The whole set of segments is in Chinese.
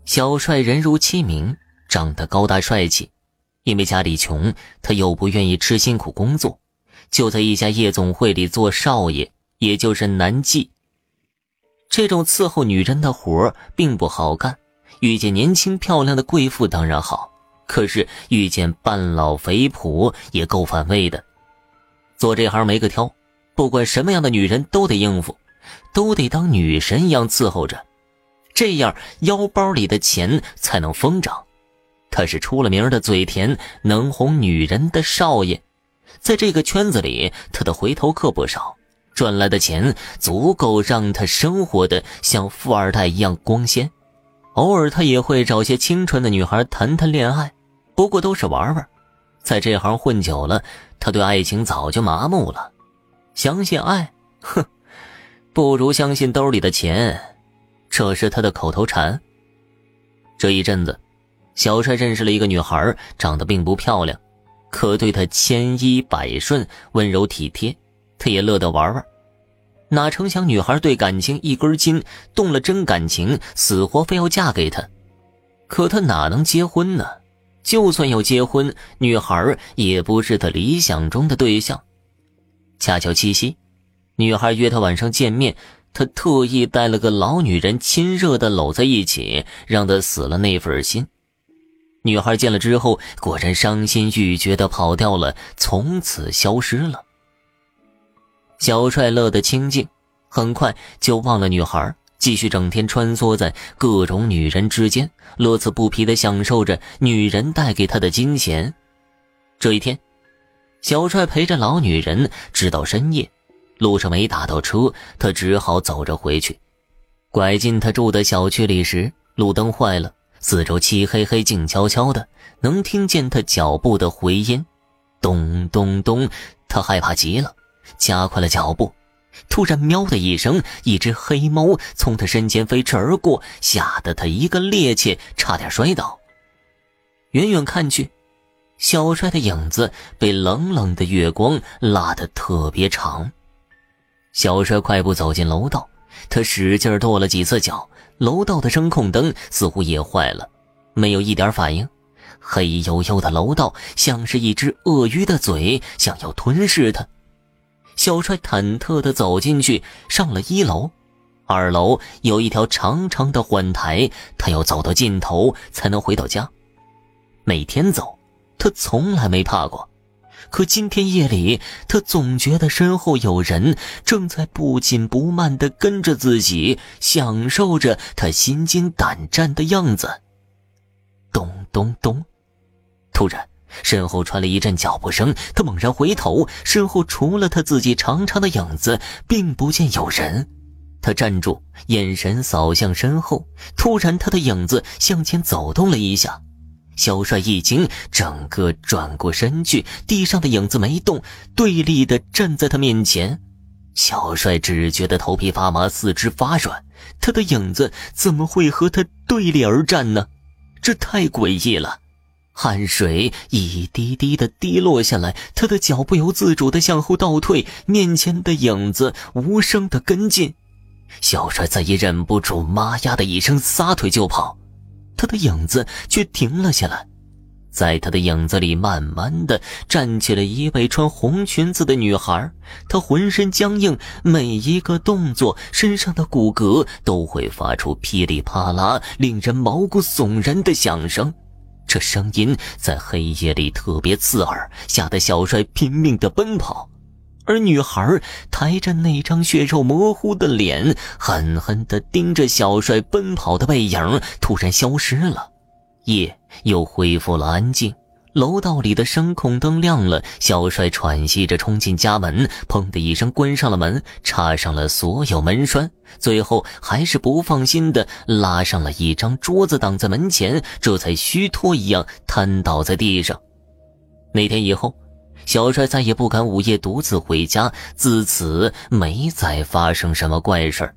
小帅人如其名，长得高大帅气，因为家里穷，他又不愿意吃辛苦工作，就在一家夜总会里做少爷，也就是男妓。这种伺候女人的活并不好干，遇见年轻漂亮的贵妇当然好，可是遇见半老肥婆也够反胃的。做这行没个挑，不管什么样的女人都得应付，都得当女神一样伺候着，这样腰包里的钱才能疯长。他是出了名的嘴甜能哄女人的少爷，在这个圈子里他的回头客不少，赚来的钱足够让他生活的像富二代一样光鲜。偶尔他也会找些清纯的女孩谈谈恋爱，不过都是玩玩。在这行混久了，他对爱情早就麻木了，相信爱，哼，不如相信兜里的钱，这是他的口头禅。这一阵子，小帅认识了一个女孩，长得并不漂亮，可对他千依百顺，温柔体贴，他也乐得玩玩。哪成想女孩对感情一根筋，动了真感情，死活非要嫁给他。可他哪能结婚呢？就算要结婚，女孩也不是他理想中的对象。恰巧七夕，女孩约他晚上见面，他特意带了个老女人亲热地搂在一起，让他死了那份心。女孩见了之后，果然伤心欲绝地跑掉了，从此消失了。小帅乐得清静，很快就忘了女孩，继续整天穿梭在各种女人之间，乐此不疲地享受着女人带给他的金钱。这一天，小帅陪着老女人直到深夜，路上没打到车，他只好走着回去。拐进他住的小区里时，路灯坏了，四周漆黑黑静悄悄的，能听见他脚步的回音，咚咚咚。他害怕极了，加快了脚步。突然喵的一声，一只黑猫从他身前飞驰而过，吓得他一个趔趄，差点摔倒。远远看去，小帅的影子被冷冷的月光拉得特别长。小帅快步走进楼道，他使劲跺了几次脚，楼道的声控灯似乎也坏了，没有一点反应。黑黝黝的楼道像是一只鳄鱼的嘴，想要吞噬他。小帅忐忑地走进去，上了1楼。2楼有一条长长的缓台，他要走到尽头才能回到家。每天走，他从来没怕过，可今天夜里，他总觉得身后有人正在不紧不慢地跟着自己，享受着他心惊胆战的样子。咚咚咚，突然身后传来一阵脚步声，他猛然回头，身后除了他自己长长的影子，并不见有人。他站住，眼神扫向身后，突然他的影子向前走动了一下。小帅一惊，整个转过身去，地上的影子没动，对立地站在他面前。小帅只觉得头皮发麻，四肢发软，他的影子怎么会和他对立而战呢？这太诡异了。汗水一滴滴地滴落下来，他的脚不由自主地向后倒退，面前的影子无声地跟进。小帅再也忍不住，妈呀的一声撒腿就跑，他的影子却停了下来。在他的影子里慢慢地站起了一位穿红裙子的女孩，她浑身僵硬，每一个动作身上的骨骼都会发出噼里啪啦令人毛骨悚然的响声。这声音在黑夜里特别刺耳，吓得小帅拼命地奔跑。而女孩抬着那张血肉模糊的脸，狠狠地盯着小帅奔跑的背影，突然消失了。夜又恢复了安静，楼道里的声控灯亮了，小帅喘息着冲进家门，砰的一声关上了门，插上了所有门栓，最后还是不放心地拉上了一张桌子挡在门前，这才虚脱一样瘫倒在地上。那天以后，小帅再也不敢午夜独自回家，自此没再发生什么怪事儿。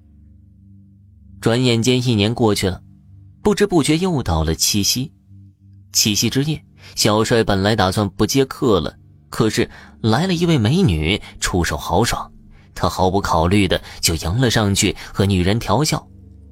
转眼间1年过去了，不知不觉又到了七夕。七夕之夜，小帅本来打算不接客了，可是来了一位美女，出手豪爽，他毫不考虑的就迎了上去，和女人调笑。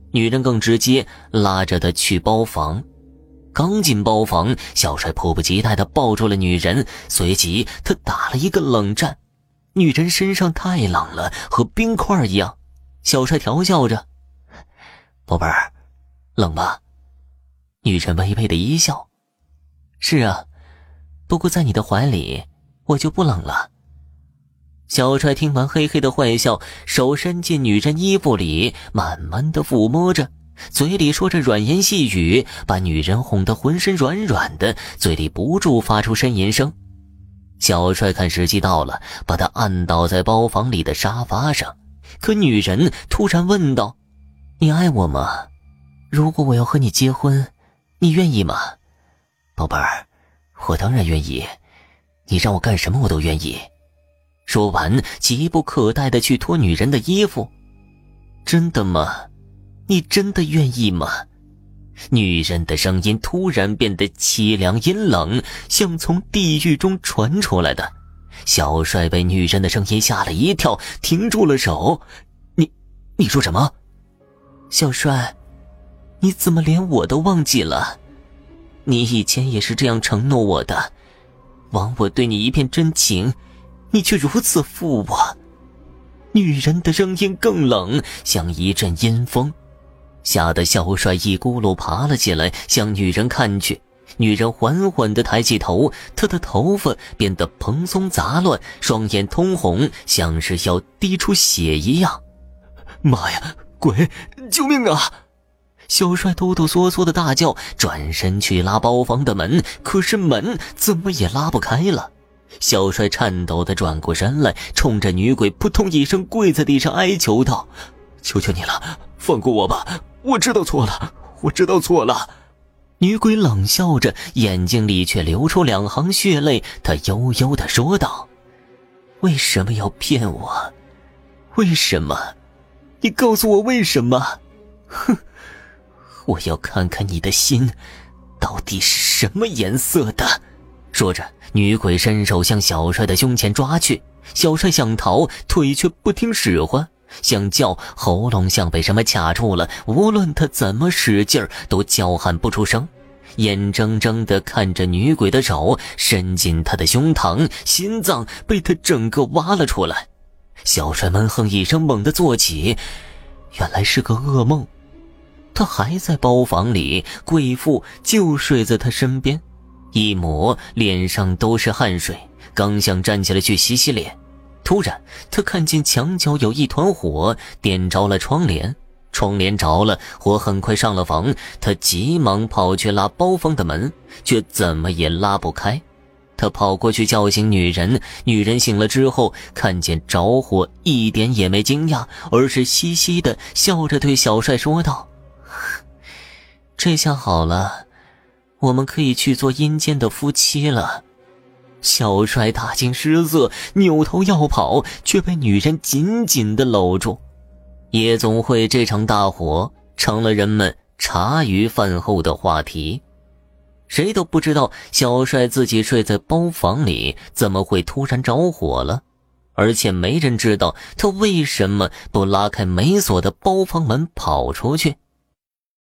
女人更直接拉着他去包房。刚进包房，小帅迫不及待地抱住了女人，随即他打了一个冷战。女人身上太冷了，和冰块一样。小帅调笑着：“宝贝儿，冷吧？”女人微微的一笑：“是啊，不过在你的怀里，我就不冷了。”小帅听完，嘿嘿的坏笑，手伸进女人衣服里，慢慢的抚摸着，嘴里说着软言细语，把女人哄得浑身软软的，嘴里不住发出呻吟声。小帅看时机到了，把她按倒在包房里的沙发上。可女人突然问道：“你爱我吗？如果我要和你结婚，你愿意吗？”“宝贝儿，我当然愿意，你让我干什么我都愿意。”说完，急不可待地去脱女人的衣服。“真的吗？你真的愿意吗？”女人的声音突然变得凄凉阴冷，像从地狱中传出来的。小帅被女人的声音吓了一跳，停住了手。你说什么？”“小帅，你怎么连我都忘记了？你以前也是这样承诺我的，枉我对你一片真情，你却如此负我。”女人的声音更冷，像一阵阴风，吓得小帅一咕噜爬了起来，向女人看去。女人缓缓地抬起头，她的头发变得蓬松杂乱，双眼通红，像是要滴出血一样。“妈呀，鬼，救命啊！”小帅哆哆嗦嗦的大叫，转身去拉包房的门，可是门怎么也拉不开了。小帅颤抖地转过身来，冲着女鬼扑通一声跪在地上哀求道：“求求你了，放过我吧，我知道错了，我知道错了。”女鬼冷笑着，眼睛里却流出2行血泪，她悠悠地说道：“为什么要骗我？为什么？你告诉我为什么？哼，我要看看你的心到底是什么颜色的。”说着，女鬼伸手向小帅的胸前抓去。小帅想逃，腿却不听使唤，想叫，喉咙像被什么卡住了，无论他怎么使劲儿都叫喊不出声，眼睁睁地看着女鬼的手伸进他的胸膛，心脏被他整个挖了出来。小帅闷哼一声，猛地坐起，原来是个噩梦。他还在包房里，贵妇就睡在他身边，一抹脸上都是汗水，刚想站起来去洗洗脸，突然他看见墙角有一团火点着了窗帘，窗帘着了，火很快上了房。他急忙跑去拉包房的门，却怎么也拉不开。他跑过去叫醒女人，女人醒了之后看见着火，一点也没惊讶，而是嘻嘻地笑着对小帅说道：“这下好了，我们可以去做阴间的夫妻了。”小帅大惊失色，扭头要跑，却被女人紧紧地搂住。夜总会这场大火成了人们茶余饭后的话题，谁都不知道小帅自己睡在包房里怎么会突然着火了，而且没人知道他为什么不拉开没锁的包房门跑出去。